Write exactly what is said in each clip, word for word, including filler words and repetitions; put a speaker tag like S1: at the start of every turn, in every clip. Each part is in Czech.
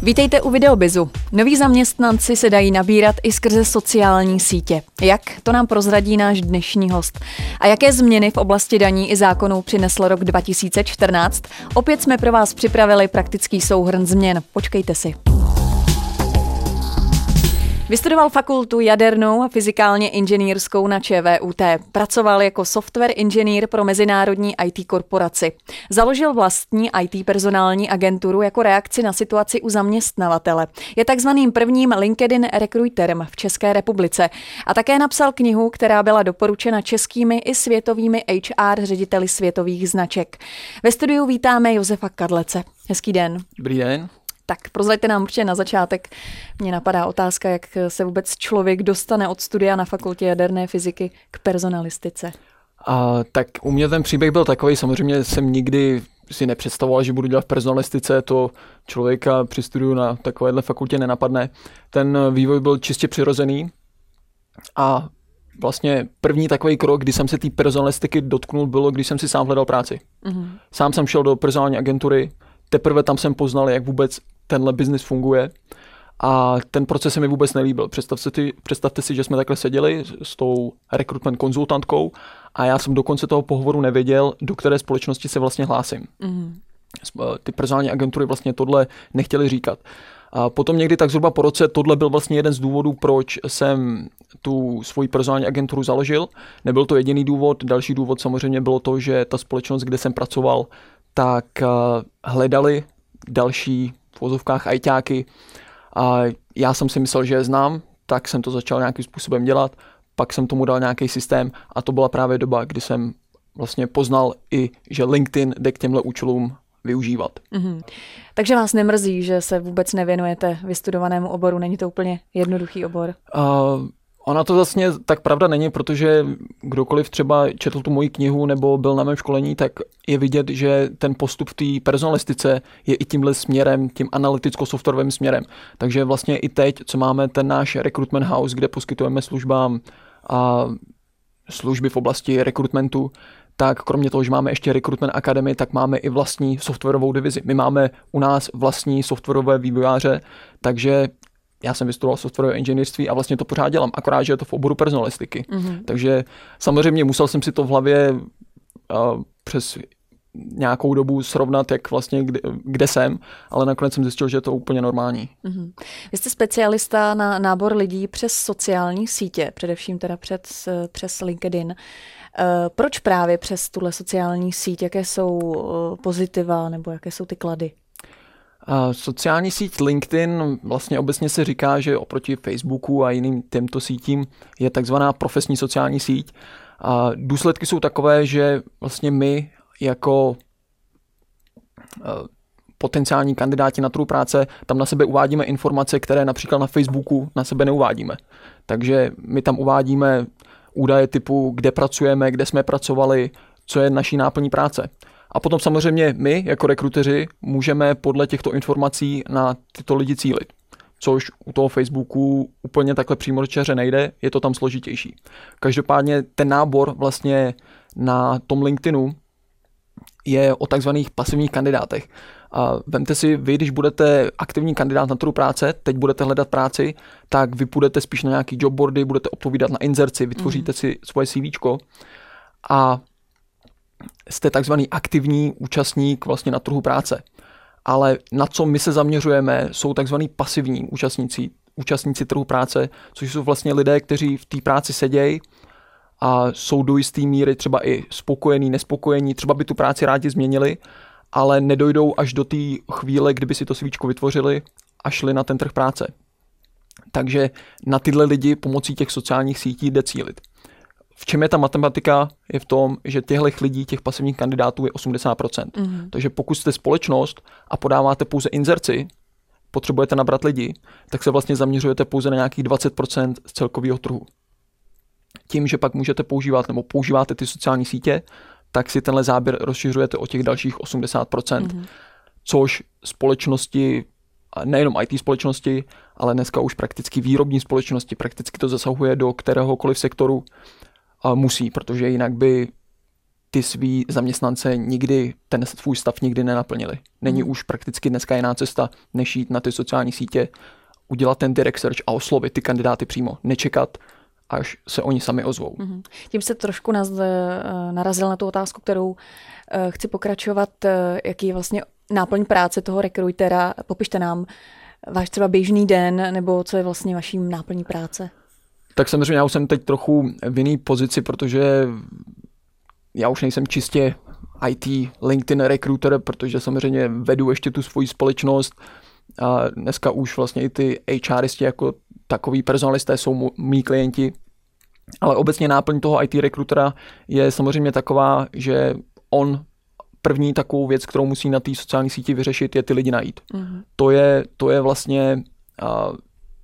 S1: Vítejte u Videobizu. Noví zaměstnanci se dají nabírat i skrze sociální sítě. Jak? To nám prozradí náš dnešní host. A jaké změny v oblasti daní i zákonů přinesl rok dva tisíce čtrnáct? Opět jsme pro vás připravili praktický souhrn změn. Počkejte si. Vystudoval fakultu jadernou a fyzikálně inženýrskou na ČVUT. Pracoval jako software inženýr pro mezinárodní í té korporaci. Založil vlastní í té personální agenturu jako reakci na situaci u zaměstnavatele. Je takzvaným prvním LinkedIn rekruterem v České republice. A také napsal knihu, která byla doporučena českými i světovými há er řediteli světových značek. Ve studiu vítáme Josefa Kadlece. Hezký den.
S2: Dobrý den.
S1: Tak prozraďte nám určitě na začátek. Mně napadá otázka, jak se vůbec člověk dostane od studia na fakultě jaderné fyziky k personalistice.
S2: A, tak u mě ten příběh byl takový, samozřejmě jsem nikdy si nepředstavoval, že budu dělat v personalistice, to člověka při studiu na takovéhle fakultě nenapadne. Ten vývoj byl čistě přirozený a vlastně první takový krok, kdy jsem se té personalistiky dotknul, bylo, když jsem si sám hledal práci. Mm-hmm. Sám jsem šel do personální agentury, teprve tam jsem poznal, jak vůbec tenhle biznis funguje a ten proces se mi vůbec nelíbil. Představte si, představte si, že jsme takhle seděli s tou recruitment konzultantkou a já jsem do konce toho pohovoru nevěděl, do které společnosti se vlastně hlásím. Mm. Ty personální agentury vlastně tohle nechtěli říkat. A potom někdy tak zhruba po roce tohle byl vlastně jeden z důvodů, proč jsem tu svoji personální agenturu založil. Nebyl to jediný důvod, další důvod samozřejmě bylo to, že ta společnost, kde jsem pracoval, tak hledali další v vozovkách ajťáky a já jsem si myslel, že je znám, tak jsem to začal nějakým způsobem dělat, pak jsem tomu dal nějaký systém a to byla právě doba, kdy jsem vlastně poznal i, že LinkedIn jde k těmhle účelům využívat. Mm-hmm.
S1: Takže vás nemrzí, že se vůbec nevěnujete vystudovanému oboru, není to úplně jednoduchý obor?
S2: Uh, Ona to vlastně tak pravda není, protože kdokoliv třeba četl tu moji knihu nebo byl na mém školení, tak je vidět, že ten postup v té personalistice je i tímhle směrem, tím analyticko-softwarovým směrem. Takže vlastně i teď, co máme ten náš recruitment house, kde poskytujeme službám a služby v oblasti rekrutmentu, tak kromě toho, že máme ještě Recruitment Academy, tak máme i vlastní softwarovou divizi. My máme u nás vlastní softwarové vývojáře, takže já jsem vystudoval softwarové inženýrství a vlastně to pořád dělám, akorát, že je to v oboru personalistiky. Mm-hmm. Takže samozřejmě musel jsem si to v hlavě uh, přes nějakou dobu srovnat, jak vlastně kde, kde jsem, ale nakonec jsem zjistil, že je to úplně normální.
S1: Mm-hmm. Vy jste specialista na nábor lidí přes sociální sítě, především teda přes, přes LinkedIn. Uh, proč právě přes tuhle sociální síť? Jaké jsou uh, pozitiva nebo jaké jsou ty klady?
S2: Uh, sociální síť LinkedIn vlastně obecně se říká, že oproti Facebooku a jiným těmto sítím je takzvaná profesní sociální síť. Uh, důsledky jsou takové, že vlastně my jako uh, potenciální kandidáti na trhu práce tam na sebe uvádíme informace, které například na Facebooku na sebe neuvádíme. Takže my tam uvádíme údaje typu, kde pracujeme, kde jsme pracovali, co je naší náplní práce. A potom samozřejmě my, jako rekruteři, můžeme podle těchto informací na tyto lidi cílit. Což u toho Facebooku úplně takhle přímočaře nejde, je to tam složitější. Každopádně ten nábor vlastně na tom LinkedInu je o takzvaných pasivních kandidátech. A vemte si, vy, když budete aktivní kandidát na trhu práce, teď budete hledat práci, tak vy půjdete spíš na nějaký jobboardy, budete odpovídat na inzerci, vytvoříte mm. si svoje CVčko a jste takzvaný aktivní účastník vlastně na trhu práce. Ale na co my se zaměřujeme, jsou takzvaný pasivní účastníci, účastníci trhu práce, což jsou vlastně lidé, kteří v té práci sedějí a jsou do jisté míry třeba i spokojení, nespokojení, třeba by tu práci rádi změnili, ale nedojdou až do té chvíle, kdyby si to svíčko vytvořili a šli na ten trh práce. Takže na tyhle lidi pomocí těch sociálních sítí jde cílit. V čem je ta matematika? Je v tom, že těchto lidí, těch pasivních kandidátů je osmdesát procent. Mm-hmm. Takže pokud jste společnost a podáváte pouze inzerci, potřebujete nabrat lidi, tak se vlastně zaměřujete pouze na nějakých dvacet procent z celkového trhu. Tím, že pak můžete používat nebo používáte ty sociální sítě, tak si tenhle záběr rozšiřujete o těch dalších osmdesát procent, mm-hmm. což společnosti, nejenom í té společnosti, ale dneska už prakticky výrobní společnosti, prakticky to zasahuje do kteréhokoliv sektoru a musí, protože jinak by ty svý zaměstnance nikdy, ten svůj stav nikdy nenaplnili. Není hmm. už prakticky dneska jiná cesta, než jít na ty sociální sítě, udělat ten direct search a oslovit ty kandidáty přímo. Nečekat, až se oni sami ozvou.
S1: Hmm. Tím se trošku naz, narazil na tu otázku, kterou uh, chci pokračovat. Uh, jaký je vlastně náplň práce toho rekrutera? Popište nám váš třeba běžný den, nebo co je vlastně vaší náplní práce?
S2: Tak samozřejmě já už jsem teď trochu v jiný pozici, protože já už nejsem čistě í té LinkedIn recruiter, protože samozřejmě vedu ještě tu svoji společnost a dneska už vlastně i ty HRisti jako takový personalisté jsou mý klienti, ale obecně náplň toho í té rekrutera je samozřejmě taková, že on první takovou věc, kterou musí na té sociální síti vyřešit, je ty lidi najít. Mm-hmm. To je, to je vlastně uh,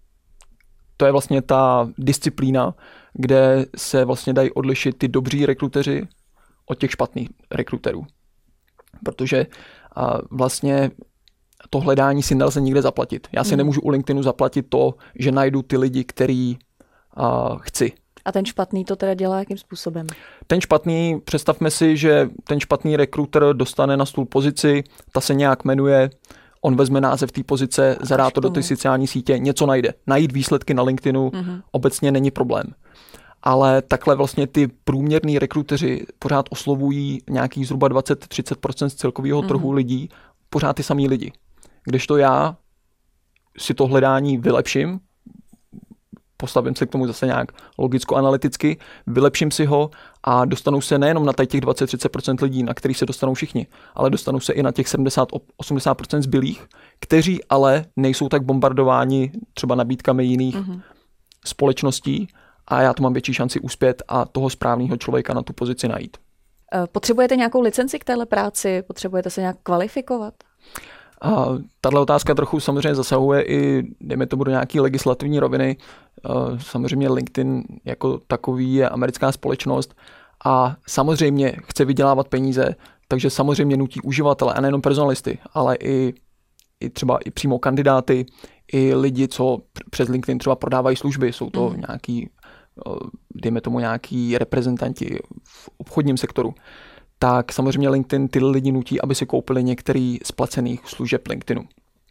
S2: to je vlastně ta disciplína, kde se vlastně dají odlišit ty dobří rekruteři od těch špatných rekruterů. Protože uh, vlastně to hledání si nelze nikde zaplatit. Já si mm. nemůžu u LinkedInu zaplatit to, že najdu ty lidi, který uh, chci.
S1: A ten špatný to teda dělá jakým způsobem?
S2: Ten špatný, představme si, že ten špatný rekruter dostane na stůl pozici, ta se nějak jmenuje, on vezme název té pozice, zadá to do té sociální sítě, něco najde. Najít výsledky na LinkedInu mm-hmm. obecně není problém. Ale takhle vlastně ty průměrní rekruteři pořád oslovují nějakých zhruba dvacet až třicet procent z celkového mm-hmm. trhu lidí, pořád ty samý lidi. Kdežto já si to hledání vylepším, postavím se k tomu zase nějak logicko-analyticky, vylepším si ho a dostanou se nejenom na těch dvacet až třicet procent lidí, na kterých se dostanou všichni, ale dostanou se i na těch sedmdesát až osmdesát procent zbylých, kteří ale nejsou tak bombardováni třeba nabídkami jiných mm-hmm. společností a já to mám větší šanci uspět a toho správného člověka na tu pozici najít.
S1: Potřebujete nějakou licenci k téhle práci? Potřebujete se nějak kvalifikovat?
S2: A tahle otázka trochu samozřejmě zasahuje i, dejme tomu, do nějaké legislativní roviny. Samozřejmě LinkedIn jako takový je americká společnost a samozřejmě chce vydělávat peníze, takže samozřejmě nutí uživatele a nejenom personalisty, ale i, i třeba i přímo kandidáty, i lidi, co přes LinkedIn třeba prodávají služby. Jsou to mm. nějaký, dejme tomu, nějaký reprezentanti v obchodním sektoru. Tak samozřejmě LinkedIn ty lidi nutí, aby si koupili některý z placených služeb LinkedInu.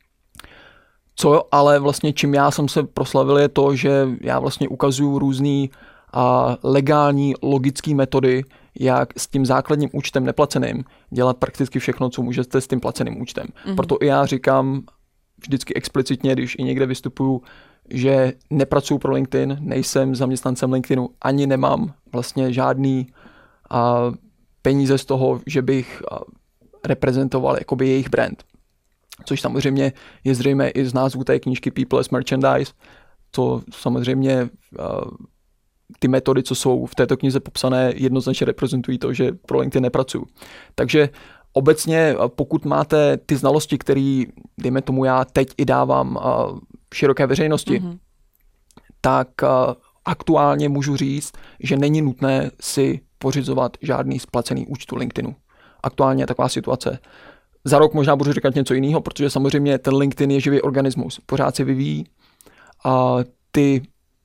S2: Co ale vlastně čím já jsem se proslavil je to, že já vlastně ukazuju různý a legální logické metody, jak s tím základním účtem neplaceným dělat prakticky všechno, co můžete s tím placeným účtem. Mm-hmm. Proto i já říkám vždycky explicitně, když i někde vystupuju, že nepracuju pro LinkedIn, nejsem zaměstnancem LinkedInu, ani nemám vlastně žádný a, peníze z toho, že bych reprezentoval jakoby jejich brand. Což samozřejmě je zřejmé i z názvu té knížky People as Merchandise. To samozřejmě ty metody, co jsou v této knize popsané, jednoznačně reprezentují to, že pro LinkedIn nepracuju. Takže obecně, pokud máte ty znalosti, které, dejme tomu, já teď i dávám široké veřejnosti, mm-hmm. tak aktuálně můžu říct, že není nutné si pořizovat žádný splacený účtu LinkedInu. Aktuálně je taková situace. Za rok možná budu říkat něco jiného, protože samozřejmě ten LinkedIn je živý organismus. Pořád se vyvíjí a ty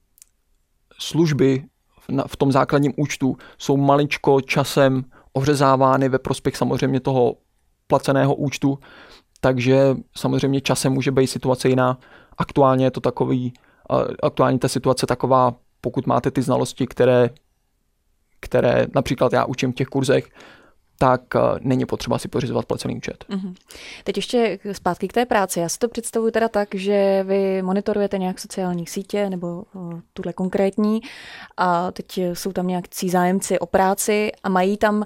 S2: služby v tom základním účtu jsou maličko časem ohřezávány ve prospěch samozřejmě toho placeného účtu, takže samozřejmě časem může být situace jiná. Aktuálně je to takový, aktuálně ta situace taková, pokud máte ty znalosti, které které například já učím v těch kurzech, tak není potřeba si pořizovat placený účet. Mm-hmm.
S1: Teď ještě zpátky k té práci. Já si to představuji teda tak, že vy monitorujete nějak sociální sítě nebo tuhle konkrétní a teď jsou tam nějakcí zájemci o práci a mají tam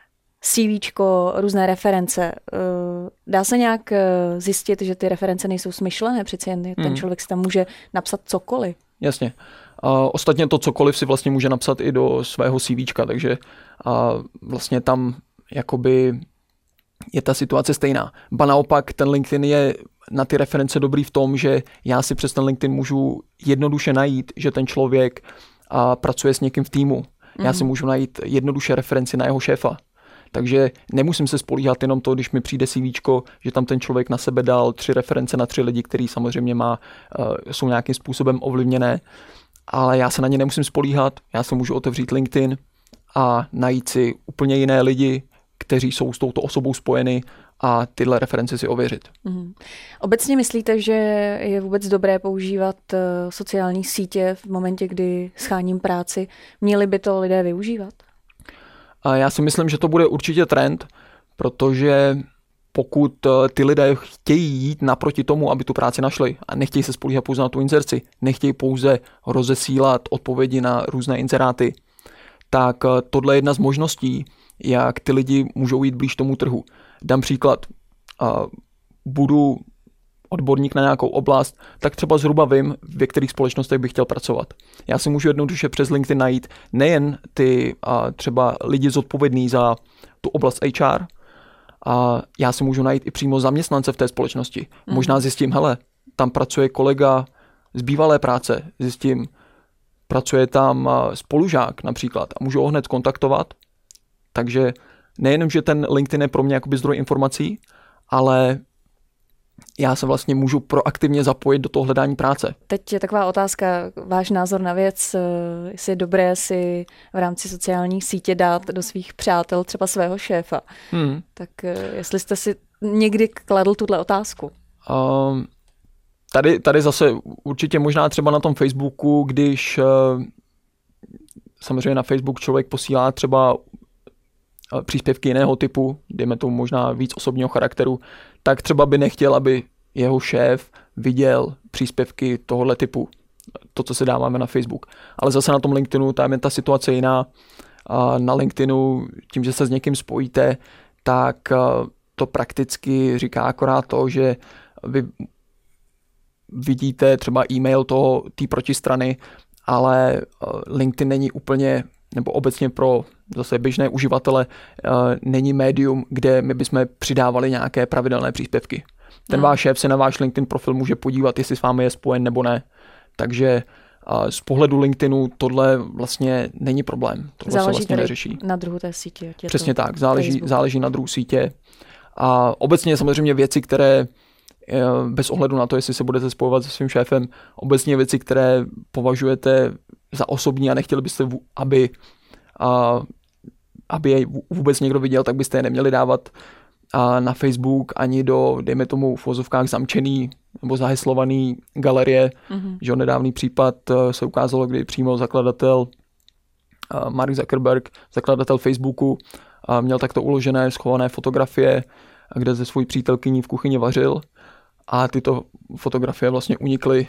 S1: CVčko, různé reference. Dá se nějak zjistit, že ty reference nejsou smyšlené? Přeci jen ten mm. člověk si tam může napsat cokoliv.
S2: Jasně. A ostatně to cokoliv si vlastně může napsat i do svého CVčka, takže a vlastně tam jakoby je ta situace stejná. Ba naopak ten LinkedIn je na ty reference dobrý v tom, že já si přes ten LinkedIn můžu jednoduše najít, že ten člověk a pracuje s někým v týmu. Mm-hmm. Já si můžu najít jednoduše referenci na jeho šéfa. Takže nemusím se spolíhat jenom to, když mi přijde CVčko, že tam ten člověk na sebe dal tři reference na tři lidi, který samozřejmě má, jsou nějakým způsobem ovlivněné, ale já se na ně nemusím spolíhat, já se můžu otevřít LinkedIn a najít si úplně jiné lidi, kteří jsou s touto osobou spojeny a tyhle reference si ověřit.
S1: Mm. Obecně myslíte, že je vůbec dobré používat sociální sítě v momentě, kdy scháním práci? Měli by to lidé využívat?
S2: A já si myslím, že to bude určitě trend, protože pokud ty lidé chtějí jít naproti tomu, aby tu práci našli a nechtějí se spolíhat pouze na tu inzerci, nechtějí pouze rozesílat odpovědi na různé inzeráty, tak tohle je jedna z možností, jak ty lidi můžou jít blíž tomu trhu. Dám příklad. Budu odborník na nějakou oblast, tak třeba zhruba vím, ve kterých společnostech bych chtěl pracovat. Já si můžu jednoduše přes LinkedIn najít nejen ty třeba lidi zodpovědný za tu oblast H R, a já si můžu najít i přímo zaměstnance v té společnosti. Mm. Možná zjistím, hele, tam pracuje kolega z bývalé práce, zjistím, pracuje tam spolužák například a můžu ho hned kontaktovat. Takže nejenom, že ten LinkedIn je pro mě jakoby zdroj informací, ale já se vlastně můžu proaktivně zapojit do toho hledání práce.
S1: Teď je taková otázka, váš názor na věc, jestli je dobré si v rámci sociální sítě dát do svých přátel třeba svého šéfa. Hmm. Tak jestli jste si někdy kladl tuhle otázku?
S2: Um, tady, tady zase určitě možná třeba na tom Facebooku, když uh, samozřejmě na Facebook člověk posílá třeba příspěvky jiného typu, dejme tomu možná víc osobního charakteru, tak třeba by nechtěl, aby jeho šéf viděl příspěvky tohohle typu, to, co se dáváme na Facebook. Ale zase na tom LinkedInu, tam je ta situace jiná. A na LinkedInu, tím, že se s někým spojíte, tak to prakticky říká akorát to, že vy vidíte třeba e-mail toho, té protistrany, ale LinkedIn není úplně, nebo obecně pro zase běžné uživatele, uh, není médium, kde my bychom přidávali nějaké pravidelné příspěvky. Ten hmm. váš šéf se na váš LinkedIn profil může podívat, jestli s vámi je spojen nebo ne. Takže uh, z pohledu LinkedInu tohle vlastně není problém. Tohle
S1: záleží
S2: se vlastně neřeší.
S1: Na druhu té sítě.
S2: Přesně tak, záleží, záleží na druhu sítě. A obecně samozřejmě věci, které uh, bez ohledu na to, jestli se budete spojovat se svým šéfem, obecně věci, které považujete za osobní a nechtěli byste, aby uh, aby je vůbec někdo viděl, tak byste je neměli dávat na Facebook ani do, dejme tomu, v uvozovkách zamčený nebo zaheslovaný galerie. Mm-hmm. Že nedávný případ se ukázalo, kdy přímo zakladatel Mark Zuckerberg, zakladatel Facebooku, měl takto uložené schované fotografie, kde ze svojí přítelkyní v kuchyni vařil a tyto fotografie vlastně unikly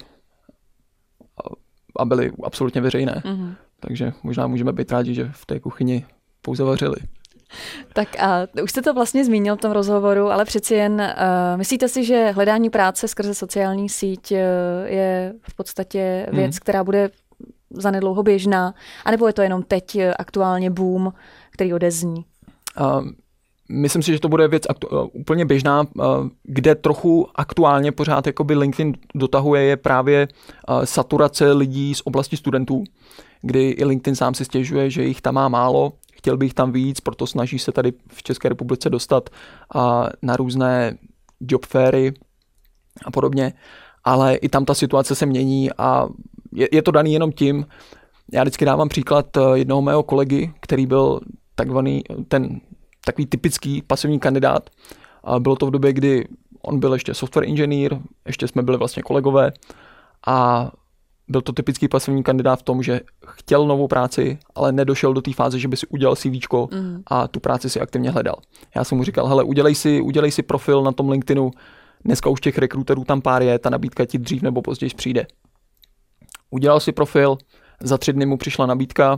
S2: a byly absolutně veřejné. Mm-hmm. Takže možná můžeme být rádi, že v té kuchyni pouze vařili.
S1: Tak a už jste to vlastně zmínil v tom rozhovoru, ale přeci jen uh, myslíte si, že hledání práce skrze sociální síť uh, je v podstatě věc, hmm. která bude zanedlouho běžná, anebo je to jenom teď uh, aktuálně boom, který odezní?
S2: Uh, myslím si, že to bude věc aktu- uh, úplně běžná, uh, kde trochu aktuálně pořád jakoby LinkedIn dotahuje je právě uh, saturace lidí z oblasti studentů, kdy i LinkedIn sám si stěžuje, že jich tam má málo, chtěl bych tam víc, proto snaží se tady v České republice dostat a, na různé job fairy a podobně, ale i tam ta situace se mění a je, je to daný jenom tím, já vždycky dávám příklad jednoho mého kolegy, který byl takzvaný, ten takový typický pasivní kandidát. A bylo to v době, kdy on byl ještě software inženýr, ještě jsme byli vlastně kolegové a byl to typický pasivní kandidát v tom, že chtěl novou práci, ale nedošel do té fáze, že by si udělal CVčko mm. a tu práci si aktivně hledal. Já jsem mu říkal, hele, udělej si, udělej si profil na tom LinkedInu, dneska už těch rekruterů tam pár je, ta nabídka ti dřív nebo později přijde. Udělal si profil, za tři dny mu přišla nabídka,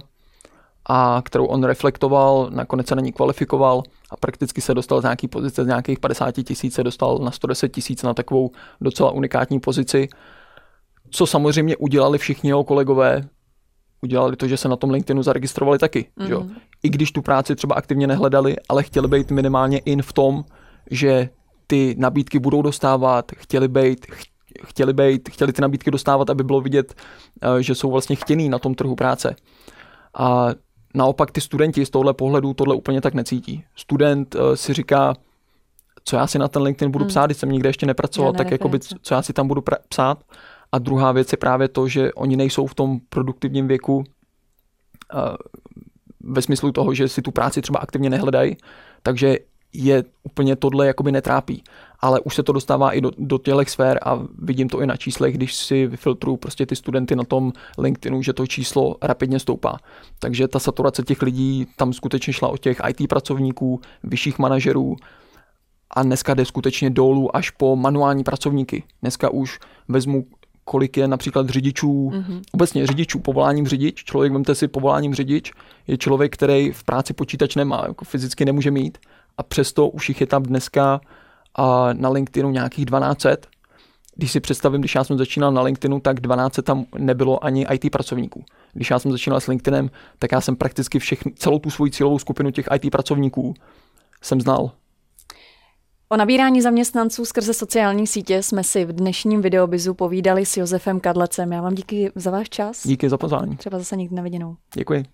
S2: a kterou on reflektoval, nakonec se na ní kvalifikoval a prakticky se dostal z nějaký pozice z nějakých padesát tisíc, se dostal na sto deset tisíc na takovou docela unikátní pozici. Co samozřejmě udělali všichni jeho kolegové, udělali to, že se na tom LinkedInu zaregistrovali taky. Mm. Že? I když tu práci třeba aktivně nehledali, ale chtěli být minimálně in v tom, že ty nabídky budou dostávat, chtěli být, chtěli být, chtěli ty nabídky dostávat, aby bylo vidět, že jsou vlastně chtěný na tom trhu práce. A naopak ty studenti z tohle pohledu tohle úplně tak necítí. Student si říká, co já si na ten LinkedIn budu mm. psát, když jsem nikde ještě nepracoval, tak jakoby, co já si tam budu pra- psát. A druhá věc je právě to, že oni nejsou v tom produktivním věku uh, ve smyslu toho, že si tu práci třeba aktivně nehledají, takže je úplně tohle jakoby netrápí. Ale už se to dostává i do, do těchto sfér a vidím to i na číslech, když si vyfiltruju prostě ty studenty na tom LinkedInu, že to číslo rapidně stoupá. Takže ta saturace těch lidí tam skutečně šla od těch í té pracovníků, vyšších manažerů a dneska jde skutečně dolů až po manuální pracovníky. Dneska už vezmu, kolik je například řidičů, mm-hmm. obecně řidičů, povoláním řidič. Člověk, vemte si, povoláním řidič je člověk, který v práci počítač nemá, jako fyzicky nemůže mít a přesto už jich je tam dneska a na LinkedInu nějakých dvanáct set. Když si představím, když já jsem začínal na LinkedInu, tak dvanáct set tam nebylo ani í té pracovníků. Když já jsem začínal s LinkedInem, tak já jsem prakticky všechny, celou tu svoji cílovou skupinu těch í té pracovníků jsem znal.
S1: O nabírání zaměstnanců skrze sociální sítě jsme si v dnešním Videobizu povídali s Josefem Kadlecem. Já vám díky za váš čas.
S2: Díky za pozvání.
S1: Třeba zase někdy na viděnou.
S2: Děkuji.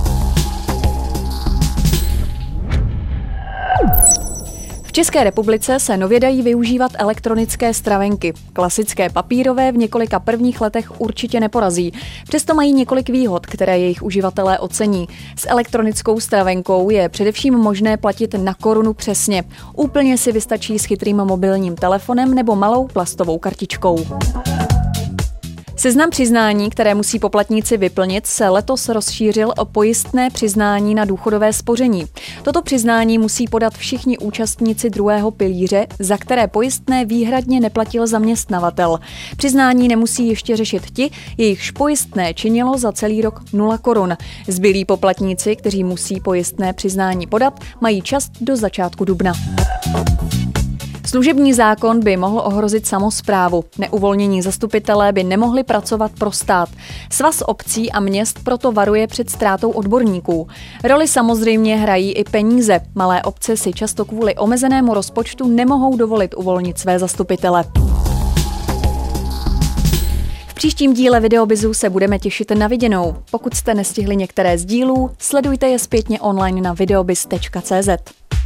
S1: V České republice se nově dají využívat elektronické stravenky. Klasické papírové v několika prvních letech určitě neporazí. Přesto mají několik výhod, které jejich uživatelé ocení. S elektronickou stravenkou je především možné platit na korunu přesně. Úplně si vystačí s chytrým mobilním telefonem nebo malou plastovou kartičkou. Seznam přiznání, které musí poplatníci vyplnit, se letos rozšířil o pojistné přiznání na důchodové spoření. Toto přiznání musí podat všichni účastníci druhého pilíře, za které pojistné výhradně neplatil zaměstnavatel. Přiznání nemusí ještě řešit ti, jejichž pojistné činilo za celý rok nula korun. Zbylí poplatníci, kteří musí pojistné přiznání podat, mají čas do začátku dubna. Služební zákon by mohl ohrozit samosprávu. Neuvolnění zastupitelé by nemohli pracovat pro stát. Svaz obcí a měst proto varuje před ztrátou odborníků. Roli samozřejmě hrají i peníze. Malé obce si často kvůli omezenému rozpočtu nemohou dovolit uvolnit své zastupitele. V příštím díle Videobizu se budeme těšit na viděnou. Pokud jste nestihli některé z dílů, sledujte je zpětně online na videobiz tečka cé zet.